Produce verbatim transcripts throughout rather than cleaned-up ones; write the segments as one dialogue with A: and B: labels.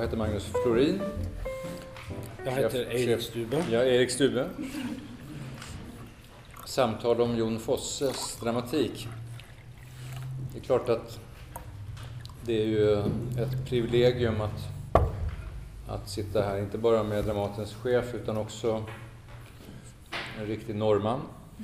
A: heter Magnus Florin.
B: Jag heter chef, Erik Stube.
A: Ja, Erik Stube. Samtal om Jon Fosses dramatik. Det är klart att det är ju ett privilegium att, att sitta här, inte bara med Dramatens chef utan också en riktig norrman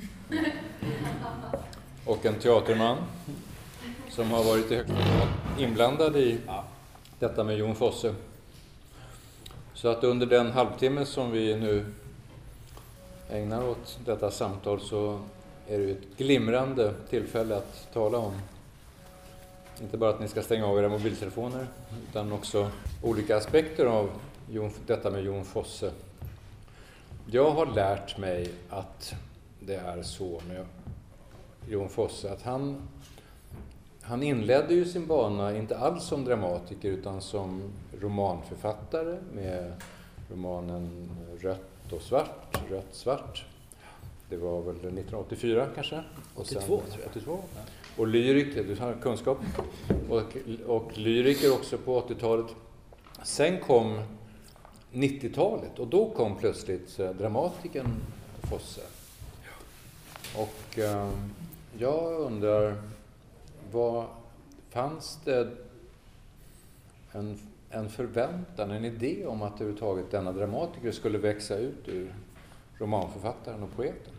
A: och en teaterman som har varit i högsta grad inblandad i detta med Jon Fosse. Så att under den halvtimme som vi nu ägnar åt detta samtal så är det ett glimrande tillfälle att tala om inte bara att ni ska stänga av era mobiltelefoner utan också olika aspekter av Jon, detta med Jon Fosse. Jag har lärt mig att det är så med Jon Fosse att han, han inledde ju sin bana inte alls som dramatiker utan som romanförfattare med romanen Rött och svart, Rött svart. Det var väl nittonhundraåttiofyra kanske?
B: åttiotvå tror jag.
A: åttiotvå. Och lyriker, du har kunskap. Och, och lyriker också på åttiotalet. Sen kom nittiotalet och då kom plötsligt dramatiken Fosse. Och eh, jag undrar, vad fanns det en, en förväntan, en idé om att överhuvudtaget denna dramatiker skulle växa ut ur romanförfattaren och poeten?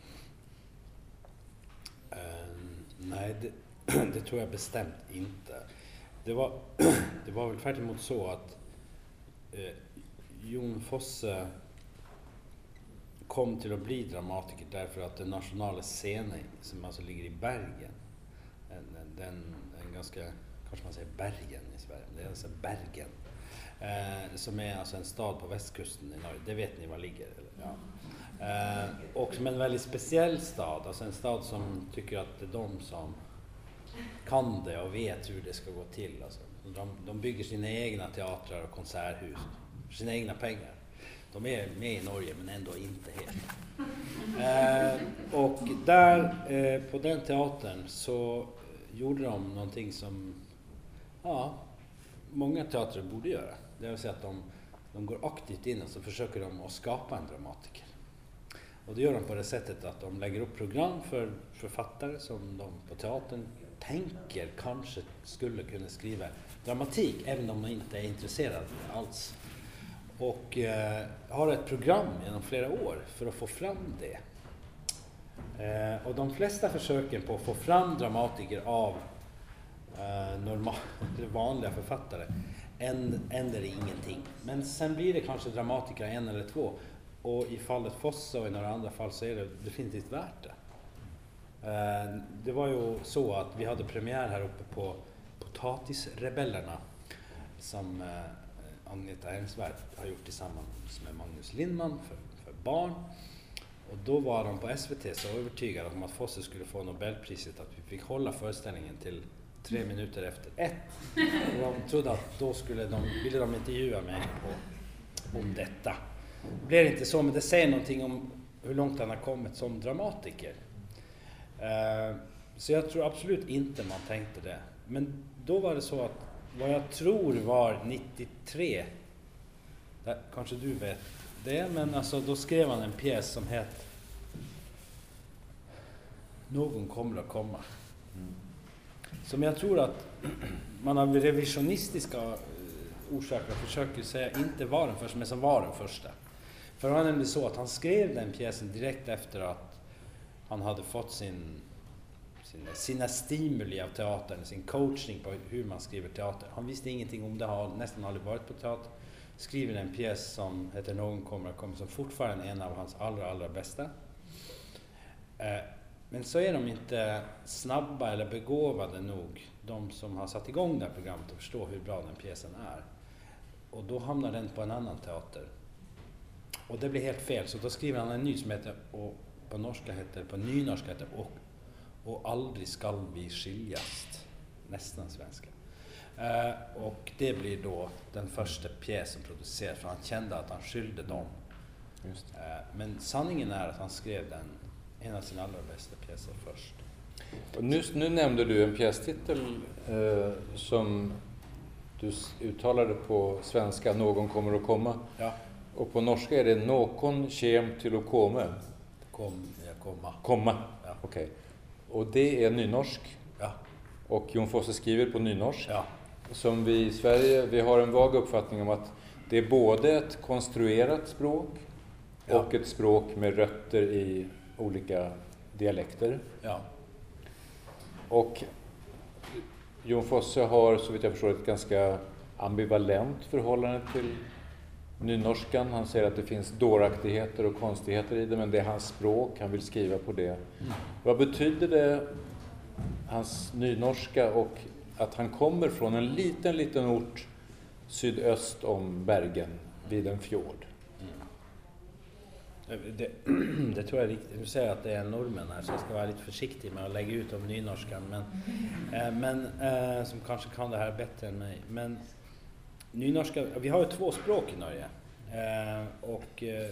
B: Nej, det, det tror jag bestämt inte. Det var, det var väl tvärtemot så att eh, Jon Fosse kom till att bli dramatiker därför att den nationella scenen som alltså ligger i Bergen, den, den en ganska, kanske man säger Bergen i Sverige, det är alltså Bergen, eh, som är alltså en stad på västkusten i Norge, det vet ni var ligger, eller? Ja. Eh, och som en väldigt speciell stad, alltså en stad som tycker att det är de som kan det och vet hur det ska gå till. Alltså. De, de bygger sina egna teatrar och konserthus för sina egna pengar. De är med i Norge men ändå inte helt. Eh, och där eh, på den teatern så gjorde de någonting som ja, många teatrar borde göra. Det vill säga att de, de går aktivt in och så försöker de att skapa en dramatiker. Och det gör de på det sättet att de lägger upp program för författare som de på teatern tänker kanske skulle kunna skriva dramatik, även om de inte är intresserade alls. Och eh, har ett program genom flera år för att få fram det. Eh, och de flesta försöken på att få fram dramatiker av eh, normal, vanliga författare ändrar ingenting. Men sen blir det kanske dramatiker en eller två. Och i fallet Fosse och i några andra fall så är det definitivt värt det. Eh, det var ju så att vi hade premiär här uppe på Potatisrebellerna som eh, Agneta Ernstberg har gjort tillsammans med Magnus Lindman för, för barn. Och då var de på S V T så övertygade om att Fosse skulle få Nobelpriset att vi fick hålla föreställningen till tre minuter efter ett. Och de trodde att då skulle de, ville de intervjua mig på, om detta. Det blir inte så, men det säger någonting om hur långt han har kommit som dramatiker. Uh, så jag tror absolut inte man tänkte det. Men då var det så att vad jag tror var nittiotre, där, kanske du vet det, men alltså då skrev han en pjäs som heter Någon kommer att komma. Mm. Som jag tror att man av revisionistiska orsaker försöker säga inte var den första, men som var den första. För det var nämligen så att han skrev den pjäsen direkt efter att han hade fått sin, sin, sina stimuli av teatern, sin coachning på hur man skriver teater. Han visste ingenting om det, har nästan aldrig varit på teater. Skriver en pjäs som heter Någon kommer att komma, som fortfarande är en av hans allra, allra bästa. Eh, men så är de inte snabba eller begåvade nog, de som har satt igång det här programmet, att förstå hur bra den pjäsen är. Och då hamnar den på en annan teater. Och det blir helt fel, så då skriver han en ny som heter, och på norska heter, på nynorska heter och, och aldrig skall vi skiljas. Nästan svenska. Uh, och det blir då den första pjäsen producerad, för han kände att han skyllde dem. Just uh, men sanningen är att han skrev den, en av sina allra bästa pjäser först.
A: Och nu, nu nämnde du en pjästitel eh, som du uttalade på svenska någon kommer att komma.
B: Ja.
A: Och på norska är det någon kem till att komma.
B: Kom, ja, komma.
A: Komma,
B: Ja.
A: okej. Okay. Och det är nynorsk.
B: Ja.
A: Och Jon Fosse skriver på nynorsk.
B: Ja.
A: Som vi i Sverige, vi har en vag uppfattning om att det är både ett konstruerat språk
B: Ja.
A: och ett språk med rötter i olika dialekter.
B: Ja.
A: Och Jon Fosse har, så vitt jag förstår, ett ganska ambivalent förhållande till nynorskan. Han säger att det finns dåraktigheter och konstigheter i det, men det är hans språk, han vill skriva på det. Mm. Vad betyder det, hans nynorska, och att han kommer från en liten, liten ort sydöst om Bergen vid en fjord?
B: Mm. Det, det tror jag är riktigt. Du säger att det är normen här, så jag ska vara lite försiktig med att lägga ut om nynorskan, men, eh, men eh, som kanske kan det här bättre än mig. Men nynorska, vi har ju två språk i Norge, eh, och eh,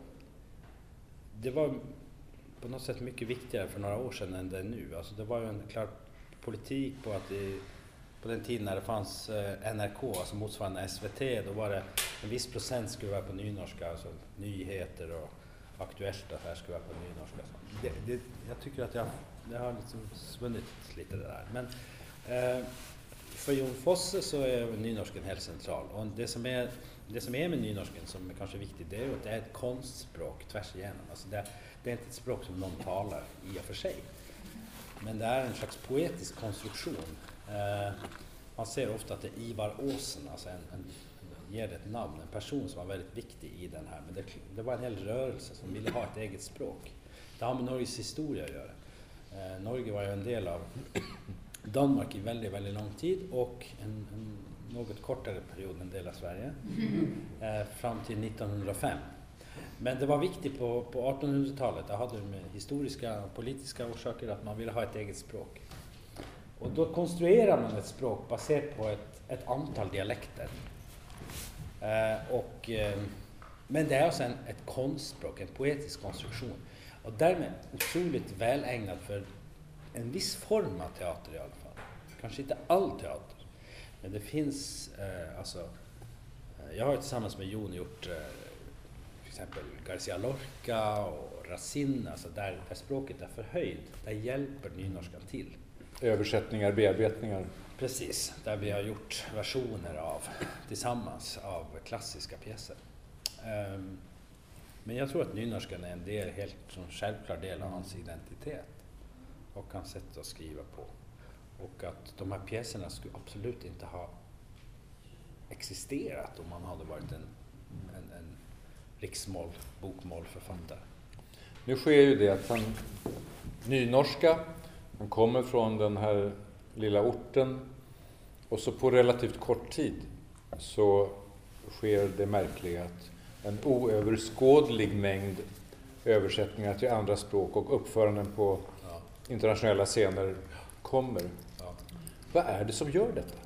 B: det var på något sätt mycket viktigare för några år sedan än det är nu. Alltså det var ju en klar politik på att det, på den tiden när det fanns eh, N R K, alltså motsvarande S V T, då var det en viss procent skulle vara på nynorska, alltså nyheter och Aktuellt och här skulle vara på nynorska. Det, det, jag tycker att jag, det har liksom svunnit lite det där. Men eh, för Jon Fosse så är nynorsken helt central. Och det som är, det som är med nynorsken som är kanske viktigt, det är ju att det är ett konstspråk tvärs igenom. Alltså det, det är inte ett språk som någon talar i och för sig. Men det är en slags poetisk konstruktion. Eh, man ser ofta att det är Ivar Åsen, alltså en, en, ger det ett namn, en person som var väldigt viktig i den här. Men det, det var en hel rörelse som ville ha ett eget språk. Det har med Norges historia att göra. Eh, Norge var ju en del av Danmark i väldigt, väldigt lång tid och en, en något kortare period en del av Sverige. Eh, fram till nittonhundrafem. Men det var viktigt på, på artonhundratalet, det hade med historiska och politiska orsaker att man ville ha ett eget språk. Och då konstruerar man ett språk baserat på ett, ett antal dialekter. Eh, och, eh, men det är alltså en, ett konstspråk, en poetisk konstruktion. Och därmed otroligt välägnad för en viss form av teater i alla fall. Kanske inte all teater. Men det finns, eh, alltså, eh, jag har tillsammans med Jon gjort eh, till exempel Garcia Lorca och Racine, alltså där, där språket är förhöjd, där hjälper nynorskan till.
A: Översättningar, bearbetningar.
B: Precis, där vi har gjort versioner av, tillsammans av klassiska pjäser. Um, men jag tror att nynorskan är en del, helt som självklar del av hans identitet och hans sätt att skriva på. Och att de här pjäserna skulle absolut inte ha existerat om man hade varit en, en, en riksmål, bokmålförfattare.
A: Nu sker ju det att han, nynorska, han kommer från den här lilla orten och så på relativt kort tid så sker det märkliga att en oöverskådlig mängd översättningar till andra språk och uppföranden på ja. internationella scener kommer. Ja. Vad är det som gör detta?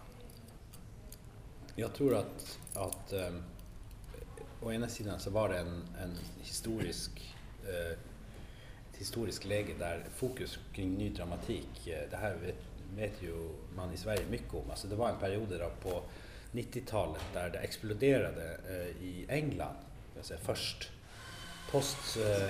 B: Jag tror att, att um, å ena sidan så var det en, en historisk uh, ett historiskt läge där fokus kring ny dramatik, uh, det här vet, vet ju man i Sverige mycket om. Alltså det var en period där på nittiotalet där det exploderade uh, i England, jag säger först post uh,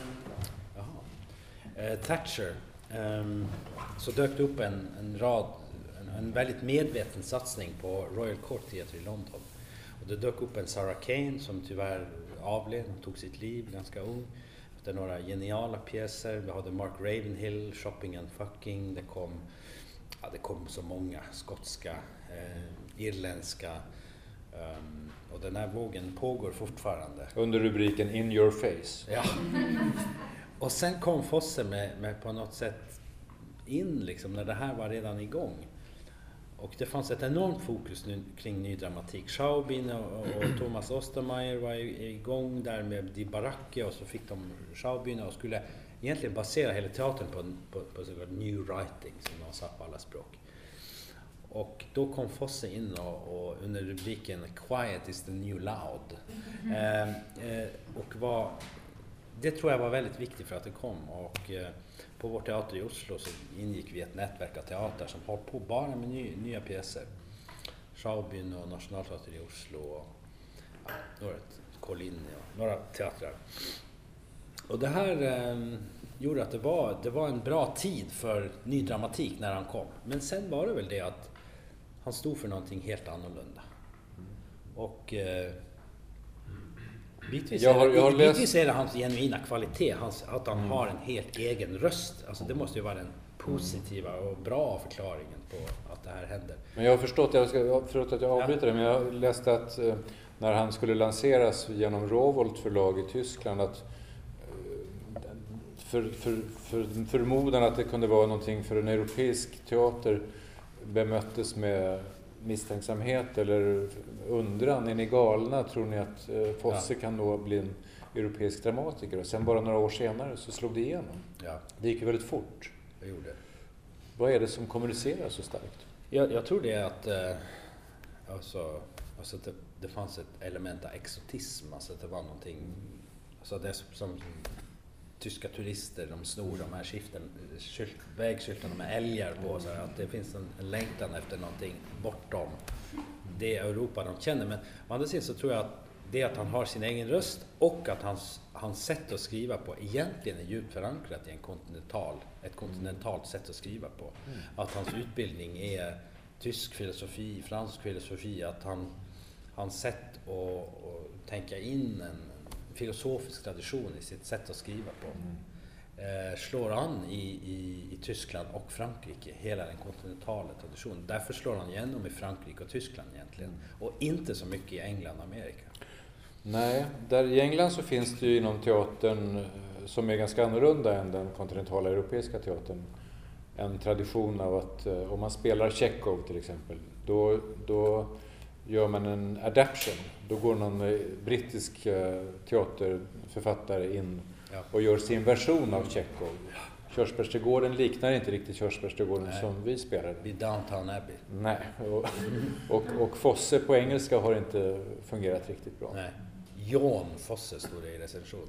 B: uh, Thatcher, um, så dök det upp en, en rad en, en väldigt medveten satsning på Royal Court Theatre i London. Och det dök upp en Sarah Kane som tyvärr avled, tog sitt liv ganska ung. Det är några geniala pjäser. Vi hade Mark Ravenhill, Shopping and Fucking. Det kom, ja, det kom så många skotska, eh, irländska. Um, och den här vågen pågår fortfarande.
A: Under rubriken In Your Face.
B: Ja. Och sen kom Fosse med, med på något sätt in liksom, när det här var redan igång. Och det fanns ett enormt fokus nu kring ny dramatik. Schaubin och, och Thomas Ostermeier var igång där med Die Baracke, och så fick de Schaubin och skulle egentligen basera hela teatern på, på, på så kallad new writing som de sa på alla språk. Och då kom Fosse in och, och under rubriken Quiet is the new loud. Eh, eh, och var, det tror jag var väldigt viktigt för att det kom. Och eh, på vår teater i Oslo så ingick vi ett nätverk av teater som håller på bara med ny, nya pjäser. Schaubyn och Nationalteatern i Oslo och ja, några, Colin och några teatrar. Och det här eh, gjorde att det var, det var en bra tid för ny dramatik när han kom. Men sen var det väl det att han stod för någonting helt annorlunda. Och eh, bitvis,
A: jag har, jag har
B: är,
A: läst...
B: bitvis är det hans genuina kvalitet, hans, att han mm. har en helt egen röst. Alltså det måste ju vara den positiva och bra förklaringen på att det här händer.
A: Men jag har förstått, jag ska, förlåt att jag avbryter det, men jag läste att eh, när han skulle lanseras genom Rowohlt förlag i Tyskland, att eh, för, för, för, förmodan att det kunde vara någonting för en europeisk teater bemöttes med misstänksamhet eller undran. Är ni galna? Tror ni att eh, Fosse ja. kan då bli en europeisk dramatiker? Och sen bara några år senare så slog det igenom.
B: Ja.
A: Det gick ju väldigt fort.
B: Det gjorde.
A: Vad är det som kommunicerar så starkt?
B: Jag, jag tror det är att, eh, alltså, alltså att det, det fanns ett element av exotism. Alltså att det var någonting, alltså det som, som tyska turister, de snor de här skiften, skylt, vägskyltarna med älgar på, så att det finns en, en längtan efter någonting bortom det Europa de känner. Men å andra sidan så tror jag att det att han har sin egen röst och att hans, hans sätt att skriva på egentligen är djupt förankrat i en kontinental, ett kontinentalt sätt att skriva på. Mm. Att hans utbildning är tysk filosofi, fransk filosofi, att han, hans sätt att, att tänka in en filosofisk tradition i sitt sätt att skriva på mm. eh, slår an i, i, i Tyskland och Frankrike, hela den kontinentala traditionen. Därför slår han igenom i Frankrike och Tyskland egentligen, och inte så mycket i England och Amerika.
A: Nej, där i England så finns det ju inom teatern, som är ganska annorlunda än den kontinentala europeiska teatern, en tradition av att om man spelar Tjechov till exempel, då, då gör man en adaption. Då går någon brittisk teaterförfattare in och gör sin version av Tjechov. Körsbärsträdgården liknar inte riktigt Körsbärsträdgården som vi spelade.
B: Vid Downton Abbey.
A: Nej, och, och, och Fosse på engelska har inte fungerat riktigt bra.
B: Nej. Jon Fosse stod det i recension.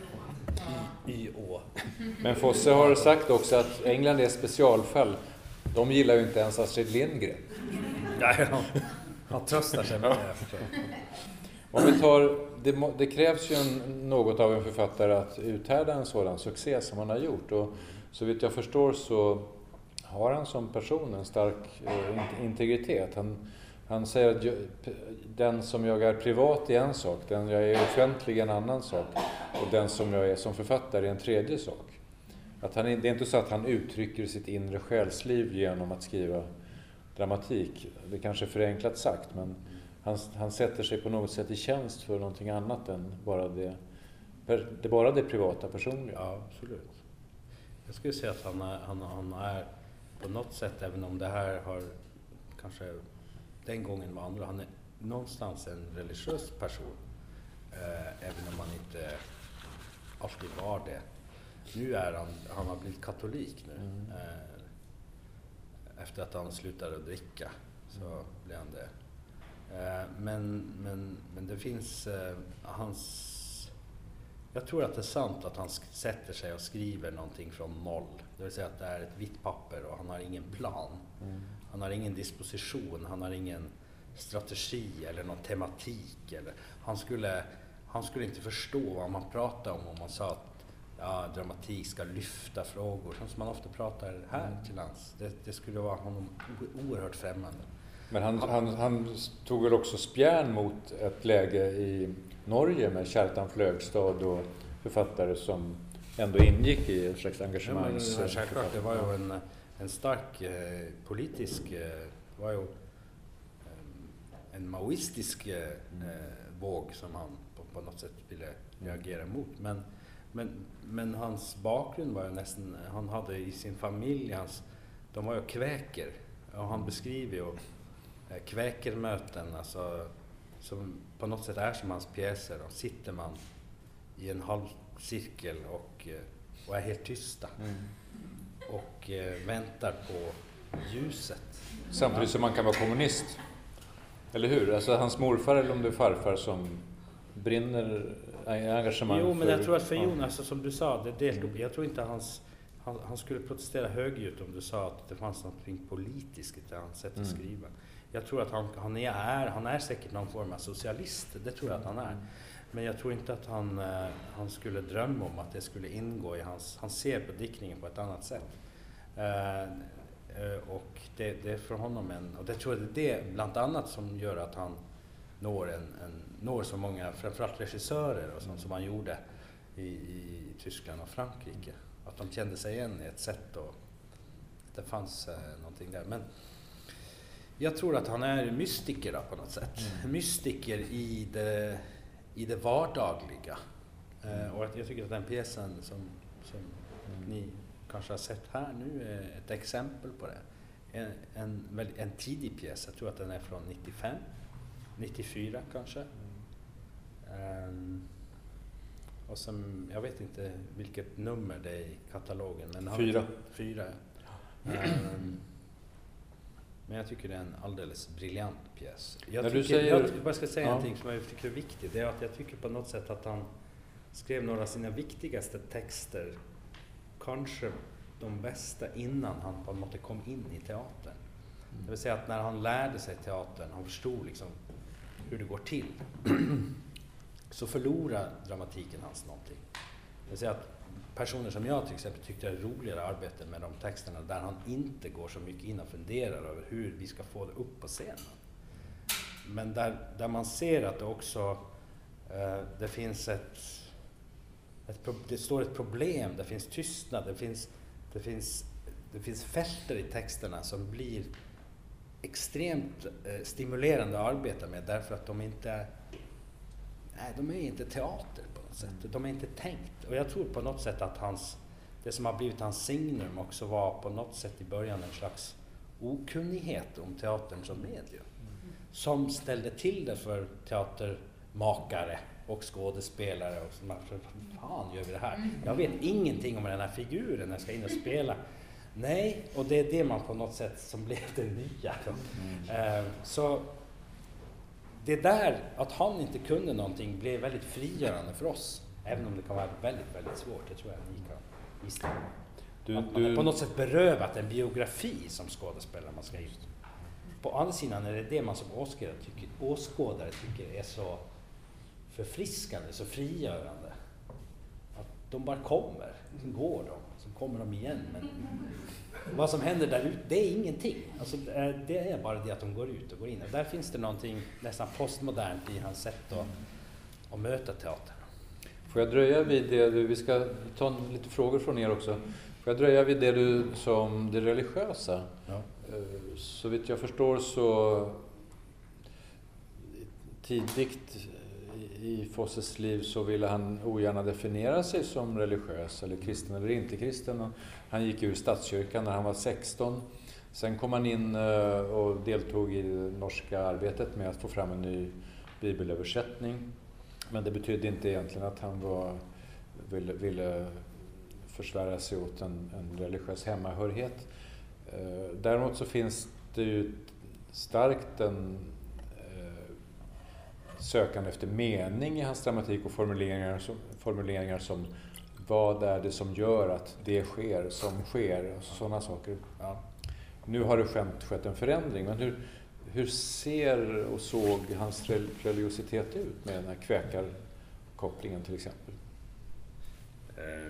B: Y Å.
A: Men Fosse har sagt också att England är specialfall. De gillar ju inte ens Astrid Lindgren.
B: Nej, han, han tröstar sig med det.
A: Om vi tar, det, det krävs ju en, något av en författare att uthärda en sådan succé som han har gjort. Och så vitt jag förstår så har han som person en stark eh, integritet. Han, han säger att jag, den som jag är privat är en sak, den jag är offentlig är en annan sak, och den som jag är som författare är en tredje sak. Att han, det är inte så att han uttrycker sitt inre själsliv genom att skriva dramatik. Det är kanske förenklat sagt, men han, han sätter sig på något sätt i tjänst för någonting annat än bara det, det, bara det privata personliga.
B: Ja, absolut. Jag skulle säga att han är, han, han är på något sätt, även om det här har kanske den gången var andra, han är någonstans en religiös person. Eh, även om han inte alltid var det. Nu är han, han har blivit katolik nu. Mm. Eh, efter att han slutade att dricka så mm. blev han det. Eh, men, men, men det finns eh, hans... Jag tror att det är sant att han sätter sig och skriver någonting från noll. Det vill säga att det är ett vitt papper och han har ingen plan. Mm. Han har ingen disposition, han har ingen strategi eller någon tematik. Eller, han, skulle, han skulle inte förstå vad man pratar om om man sa att ja, dramatik ska lyfta frågor, som man ofta pratar här till lands. Det, det skulle vara honom oerhört främmande.
A: Men han, han, han tog väl också spjärn mot ett läge i Norge med Kjartan Flögstad och författare som ändå ingick i ett slags engagemang.
B: Ja, självklart, det var ju en, en stark eh, politisk, eh, var ju eh, en maoistisk eh, våg som han på, på något sätt ville reagera mot. Men, men, men hans bakgrund var ju nästan, han hade i sin familj, hans, de var ju kväker, och han beskriver ju eh, kväkermöten, alltså, som på något sätt är som hans pjäser. Och sitter man i en halv cirkel och, och är helt tysta. Mm. Och eh, väntar på ljuset.
A: Samtidigt som man kan vara kommunist. Eller hur? Alltså hans morfar eller om det är farfar som brinner engagemang.
B: Jo, men
A: för,
B: jag tror att för Jonas, ja. Som du sa, det deltog. Jag tror inte hans, han, han skulle protestera högljutt om du sa att det fanns något politiskt i hans sätt att mm. skriva. Jag tror att han, han, är, han är säkert någon form av socialist, det tror jag att han är. Men jag tror inte att han, uh, han skulle drömma om att det skulle ingå i hans... Han ser på diktningen på ett annat sätt. Uh, uh, och det, det är för honom en... Och det tror jag det är det bland annat som gör att han når, en, en, når så många, framförallt regissörer och sånt som han gjorde i, i Tyskland och Frankrike. Att de kände sig igen i ett sätt och det fanns uh, någonting där. Men jag tror att han är mystiker då, på något sätt. Mm. Mystiker i det... i det vardagliga. Mm. Uh, och jag tycker att den pjäsen som, som mm. ni kanske har sett här nu är ett exempel på det. En, en, en tidig pjäs, jag tror att den är från nittiofem, nittiofyra kanske. Mm. Um, och som, jag vet inte vilket nummer det är i katalogen. Men
A: fyra.
B: Har, fyra. Um, Men jag tycker det är en alldeles briljant pjäs. Jag,
A: När
B: tycker,
A: du säger,
B: jag bara ska säga
A: ja.
B: någonting som jag tycker är viktigt. Det är att jag tycker på något sätt att han skrev några av sina viktigaste texter, kanske de bästa, innan han på något sätt kom in i teatern. Mm. Det vill säga att när han lärde sig teatern, han förstod liksom hur det går till, så förlorar dramatiken hans någonting. Det vill säga att personer som jag till exempel tyckte är roligare arbete med de texterna där han inte går så mycket in och funderar över hur vi ska få det upp på scenen. Men där, där man ser att det också eh, det finns ett, ett det står ett problem, det finns tystnad, det finns, det finns, det finns fälter i texterna som blir extremt eh, stimulerande att arbeta med därför att de inte nej, de är inte teater på något sätt. De är inte tänkt. Och jag tror på något sätt att hans, det som har blivit hans signum också var på något sätt i början en slags okunnighet om teatern som medium. Som ställde till det för teatermakare och skådespelare. Och som, vad fan gör vi det här? Jag vet ingenting om den här figuren jag ska in och spela. Nej, och det är det man på något sätt som blev det nya. Mm. Uh, så det där, att han inte kunde någonting, blev väldigt frigörande för oss. Även om det kan vara väldigt, väldigt svårt. Det tror jag ni kan visst. Du, att man du... är på något sätt berövat en biografi som skådespelare man ska just. På andra sidan är det det man som åskådare tycker, åskådare tycker är så förfriskande, så frigörande. Att de bara kommer, så går de, så kommer de igen. Men vad som händer där ute, det är ingenting. Alltså, det är bara det att de går ut och går in. Och där finns det någonting nästan postmodernt i hans sätt att, att möta teatern.
A: Får jag dröja vid det du, vi ska ta lite frågor från er också. Får jag dröja vid det du som det religiösa? Ja. Så vitt jag förstår så tidigt i Fosses liv så ville han ogärna definiera sig som religiös eller kristen eller inte kristen. Han gick ur statskyrkan när han var sexton. Sen kom han in och deltog i det norska arbetet med att få fram en ny bibelöversättning. Men det betydde inte egentligen att han var, ville, ville försvära sig åt en, en religiös hemmahörighet. Däremot så finns det ju starkt en eh, sökande efter mening i hans dramatik och formuleringar som, formuleringar som vad är det som gör att det sker som sker och sådana saker. Ja. Nu har det skett, skett en förändring, men hur, hur ser och såg hans religiositet ut med den här kväkarkopplingen till exempel?
B: Eh.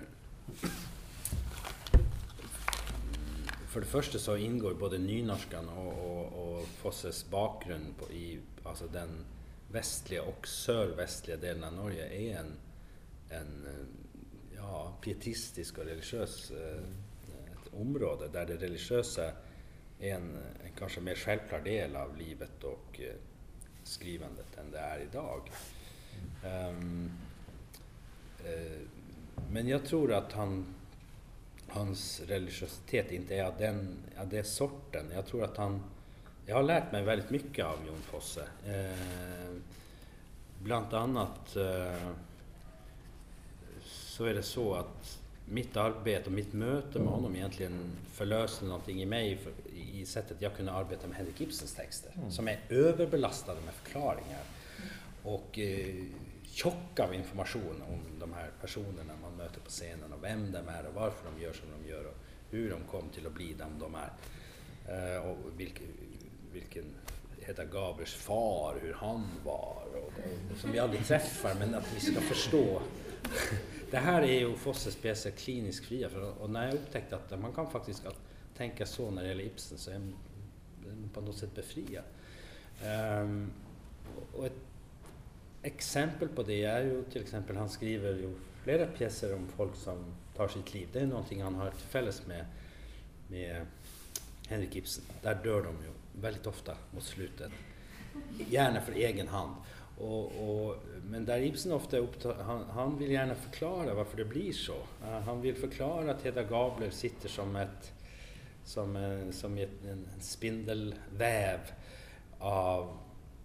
B: För det första så ingår både nynorskan och, och, och Fosses bakgrund på, i alltså den västliga och sörvästliga delen av Norge är en, en ja, pietistisk och religiös eh, ett område där det religiösa är en, en kanske mer självklar del av livet och eh, skrivandet än det är idag. Um, eh, men jag tror att han hans religiositet inte är av den, av den sorten. Jag tror att han... Jag har lärt mig väldigt mycket av Jon Fosse. Eh, bland annat eh, så är det så att mitt arbete och mitt möte med honom egentligen förlöste någonting i mig för, i sättet jag kunde arbeta med Henrik Ibsens texter. Mm. Som är överbelastade med förklaringar. Och eh, tjock av information om de här personerna man möter på scenen och vem de är och varför de gör som de gör och hur de kom till att bli dem de är. Uh, och vilken, vilken Hedda Gabers far, hur han var och, och, som vi aldrig träffar, men att vi ska förstå. Det här är ju Fosses pjäser kliniskt fria, för, och när jag upptäckte att man kan faktiskt att tänka så när det gäller Ibsen, så är den på något sätt befriad. Um, och ett exempel på det är ju till exempel, han skriver ju flera pjäser om folk som tar sitt liv. Det är någonting han har till fälles med, med Henrik Ibsen. Där dör de ju väldigt ofta mot slutet. Gärna för egen hand. Och, och, men där Ibsen ofta upptar, han, han vill gärna förklara varför det blir så. Uh, han vill förklara att Hedda Gabler sitter som ett som, en, som ett, en spindelväv av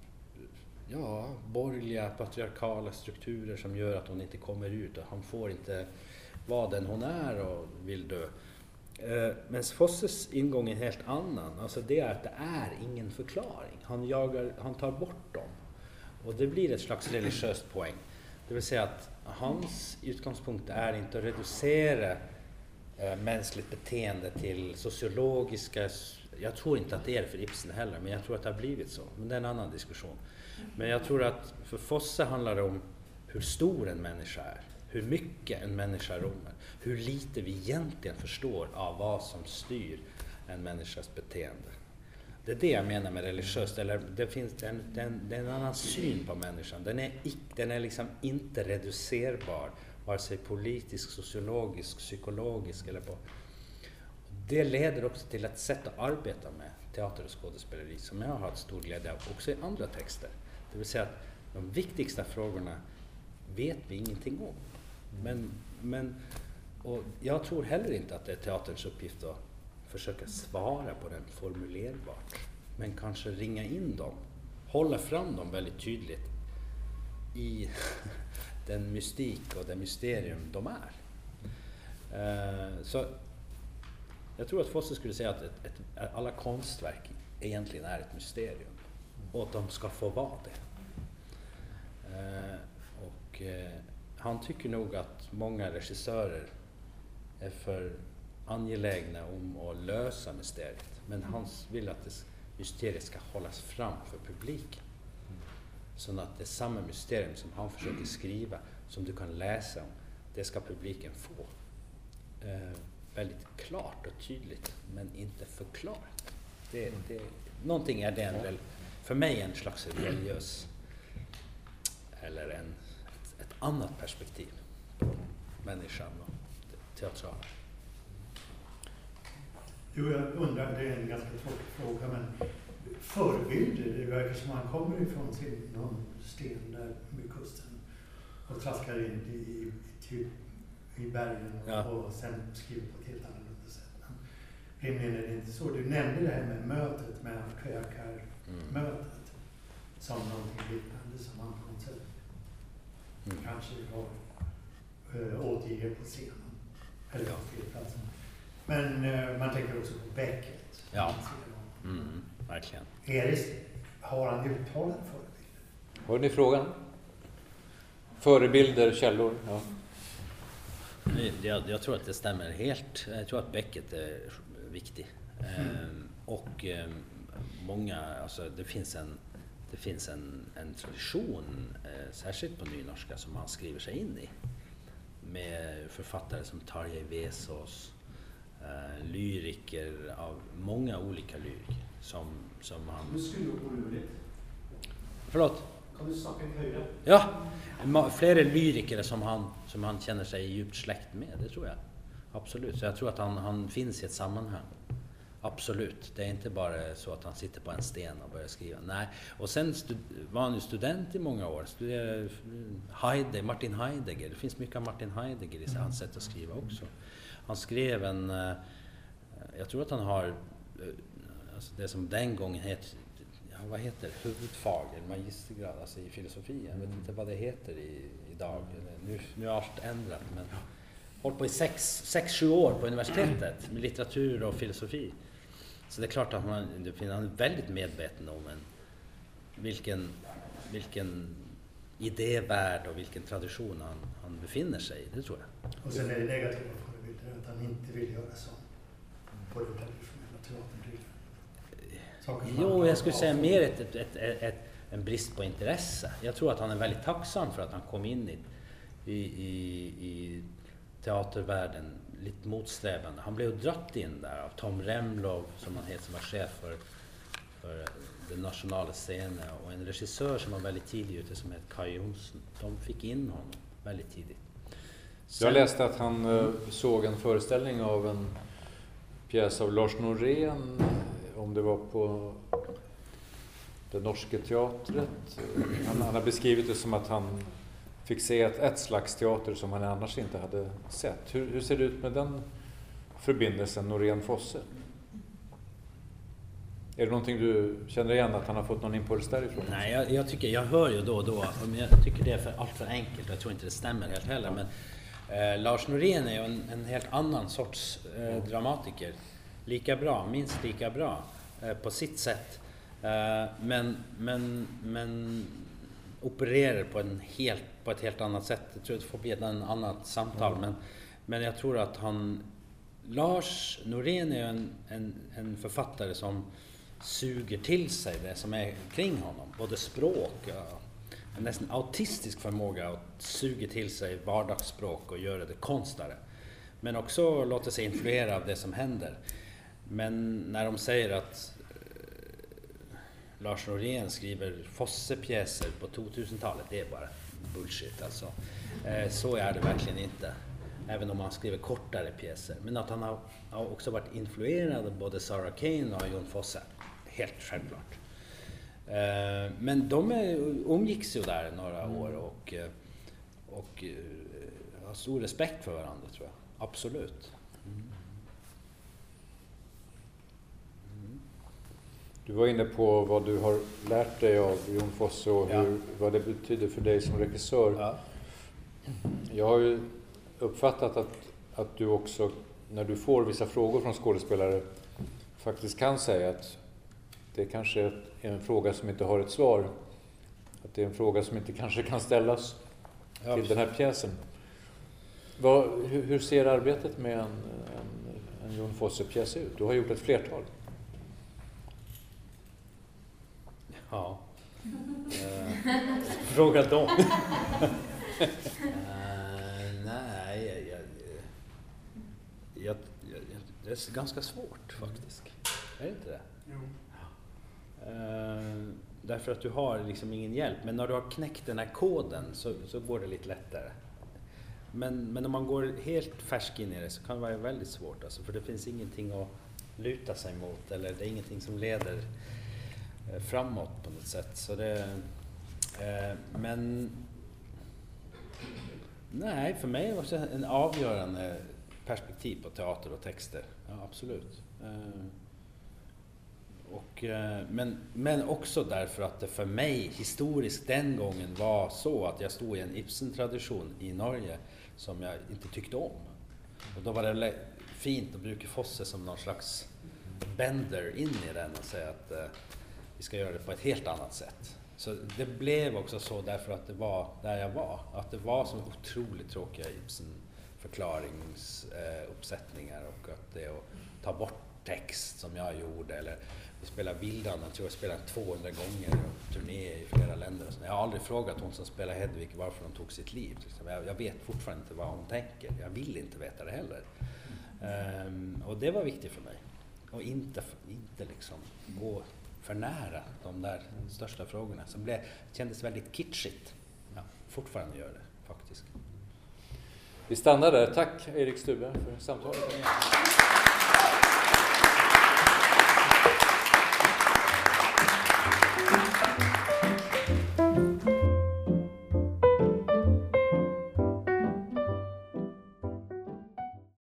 B: ja, borgerliga patriarkala strukturer som gör att hon inte kommer ut och han får inte vara den hon är och vill dö. Uh, men Fosses ingång är helt annan. Alltså det är att det är ingen förklaring. Han, jagar, han tar bort dem. Och det blir ett slags religiöst poäng. Det vill säga att hans utgångspunkt är inte att reducera eh, mänskligt beteende till sociologiska... Jag tror inte att det är för Ibsen heller, men jag tror att det har blivit så. Men det är en annan diskussion. Men jag tror att för Fosse handlar det om hur stor en människa är. Hur mycket en människa rymmer. Hur lite vi egentligen förstår av vad som styr en människas beteende. Det är det jag menar med religiöst, eller det finns en, den, det är en annan syn på människan. Den är, den är liksom inte reducerbar, vare sig politisk, sociologisk, psykologisk eller på. Det leder också till ett sätt att arbeta med teater och skådespeleri som jag har haft stor glädje av också i andra texter. Det vill säga att de viktigaste frågorna vet vi ingenting om. Men, men, och jag tror heller inte att det är teaterns uppgift att försöka svara på den formulerbart, men kanske ringa in dem, hålla fram dem väldigt tydligt i den mystik och det mysterium de är. Uh, så jag tror att Fosse skulle säga att ett, ett, alla konstverk egentligen är ett mysterium och att de ska få vara det. Uh, och uh, han tycker nog att många regissörer är för angelägna om att lösa mysteriet. Men han vill att det mysteriet ska hållas fram för publiken. Så att det är samma mysterium som han försöker skriva, som du kan läsa om, det ska publiken få. Eh, väldigt klart och tydligt, men inte förklarat. Det, det, någonting är det en, för mig en slags religiös, eller en, ett, ett annat perspektiv på människan och teatralen.
C: Jo, jag undrar, det är en ganska tråkig fråga, men förebilder, det verkar som han kommer ifrån sin, någon sten där vid kusten och traskar in i, i, typ, i bergen och, ja. och sen skriver på ett helt annorlunda sätt. Men rimligen är det inte så. Du nämnde det här med mötet, med Kväkar-mötet mm. som någonting liknande som han på något sätt mm. kanske har äh, återger på scenen. Eller på spelplatsen. Men uh, man tänker också på Beckett.
B: Ja, mm, verkligen.
C: Eris, har han uttalat förebilder?
A: Har ni frågan? Förebilder, källor? Ja.
B: Jag, jag tror att det stämmer helt. Jag tror att Beckett är viktig. Mm. Ehm, och ehm, många, alltså det finns en, det finns en, en tradition, eh, särskilt på nynorska, som han skriver sig in i. Med författare som Tarjei Vesaas, Uh, lyriker av många olika lyriker som, som han...
D: Du skulle gå roligt.
B: Förlåt?
D: Kan du snacka högre?
B: Ja, flera lyriker som han, som han känner sig djupt släkt med, det tror jag. Absolut, så jag tror att han, han finns i ett sammanhang. Absolut, det är inte bara så att han sitter på en sten och börjar skriva. Nej, och sen stud- var han ju student i många år, studerade Heide, Martin Heidegger. Det finns mycket av Martin Heidegger i hans sätt att skriva också. Han skrev en, jag tror att han har, alltså det som den gången heter, ja, vad heter huvudfag, magistergrad, alltså i filosofi. Jag vet inte vad det heter i, idag. Nu, nu är allt ändrat, men jag har hållit på i sex, sex, sju år på universitetet med litteratur och filosofi. Så det är klart att man, han är väldigt medveten om en, vilken, vilken idévärld och vilken tradition han, han befinner sig i, det tror jag.
C: Och sen är det negativa förebilder, att han inte vill göra så på den traditionella teatern.
B: Jo, jag skulle säga mer ett, ett, ett, ett, ett, en brist på intresse. Jag tror att han är väldigt tacksam för att han kom in i, i, i, i teatervärlden lite motsträvande. Han blev dratt in där av Tom Remlov, som han heter, som var chef för, för den nationella scenen, och en regissör som var väldigt tidig ute som heter Kaj Jonsson. De fick in honom väldigt tidigt. Sen,
A: jag läste att han uh, såg en föreställning av en pjäs av Lars Norén, om det var på det norska teatret. Han, han har beskrivit det som att han fick se ett, ett slags teater som han annars inte hade sett. Hur, hur ser det ut med den förbindelsen, Norén-Fosse? Är det någonting du känner igen, att han har fått någon impuls därifrån?
B: Nej, jag, jag tycker, jag hör ju då och då, men jag tycker det är för, allt för enkelt. Jag tror inte det stämmer helt heller. Men eh, Lars Norén är ju en, en helt annan sorts eh, dramatiker. Lika bra, minst lika bra eh, på sitt sätt. Eh, men, men, men opererar på, en helt, på ett helt annat sätt. Jag tror det får bli ett annat samtal. Mm. Men, men jag tror att han... Lars Norén är en, en, en författare som suger till sig det som är kring honom. Både språk, en nästan autistisk förmåga att suga till sig vardagsspråk och göra det konstare. Men också låta sig influera av det som händer. Men när de säger att eh, Lars Norén skriver Fosse-pjäser på tvåtusentalet, det är bara bullshit alltså. Eh, så är det verkligen inte. Även om han skriver kortare pjäser. Men att han har, har också varit influerad av både Sarah Kane och Jon Fosse. Helt självklart. Eh, men de är, umgicks ju där några år och, och eh, har stor respekt för varandra, tror jag. Absolut. Mm.
A: Mm. Du var inne på vad du har lärt dig av Jon Fosse och hur, ja. vad det betyder för dig som regissör. Ja. Jag har ju uppfattat att, att du också, när du får vissa frågor från skådespelare, faktiskt kan säga att det kanske är en fråga som inte har ett svar. Att det är en fråga som inte kanske kan ställas ja, till den här pjäsen. Vad, hur, hur ser arbetet med en, en, en Jon Fosse-pjäs ut? Du har gjort ett flertal.
B: Ja. uh, fråga dem. Nej, jag, jag, jag, jag, det är ganska svårt faktiskt. Är det inte det? Jo. Uh, därför att du har liksom ingen hjälp. Men när du har knäckt den här koden så, så går det lite lättare. Men, men om man går helt färsk in i det så kan det vara väldigt svårt. Alltså, för det finns ingenting att luta sig mot. Eller det är ingenting som leder uh, framåt på något sätt. Så det, uh, men... Nej, för mig var det en avgörande perspektiv på teater och texter. Ja, absolut. Eh, och, eh, men, men också därför att det för mig historiskt den gången var så att jag stod i en Ibsen-tradition i Norge som jag inte tyckte om. Och då var det fint att bruka Fosse som någon slags bender in i den och säga att eh, vi ska göra det på ett helt annat sätt. Så det blev också så därför att det var där jag var. Att det var så otroligt tråkiga Ibsen-förklaringsuppsättningar och att det att ta bort text som jag gjorde. Eller vi spelade Vildan, jag tror jag spelade tvåhundra gånger och turné i flera länder. Jag har aldrig frågat hon som spelar Hedvig varför hon tog sitt liv. Jag vet fortfarande inte vad hon tänker. Jag vill inte veta det heller. Um, och det var viktigt för mig. Och inte, inte liksom gå för nära de där största frågorna som blev, kändes väldigt kitschigt. Ja, fortfarande gör det faktiskt.
A: Vi stannar där. Tack Erik Stube för samtalet.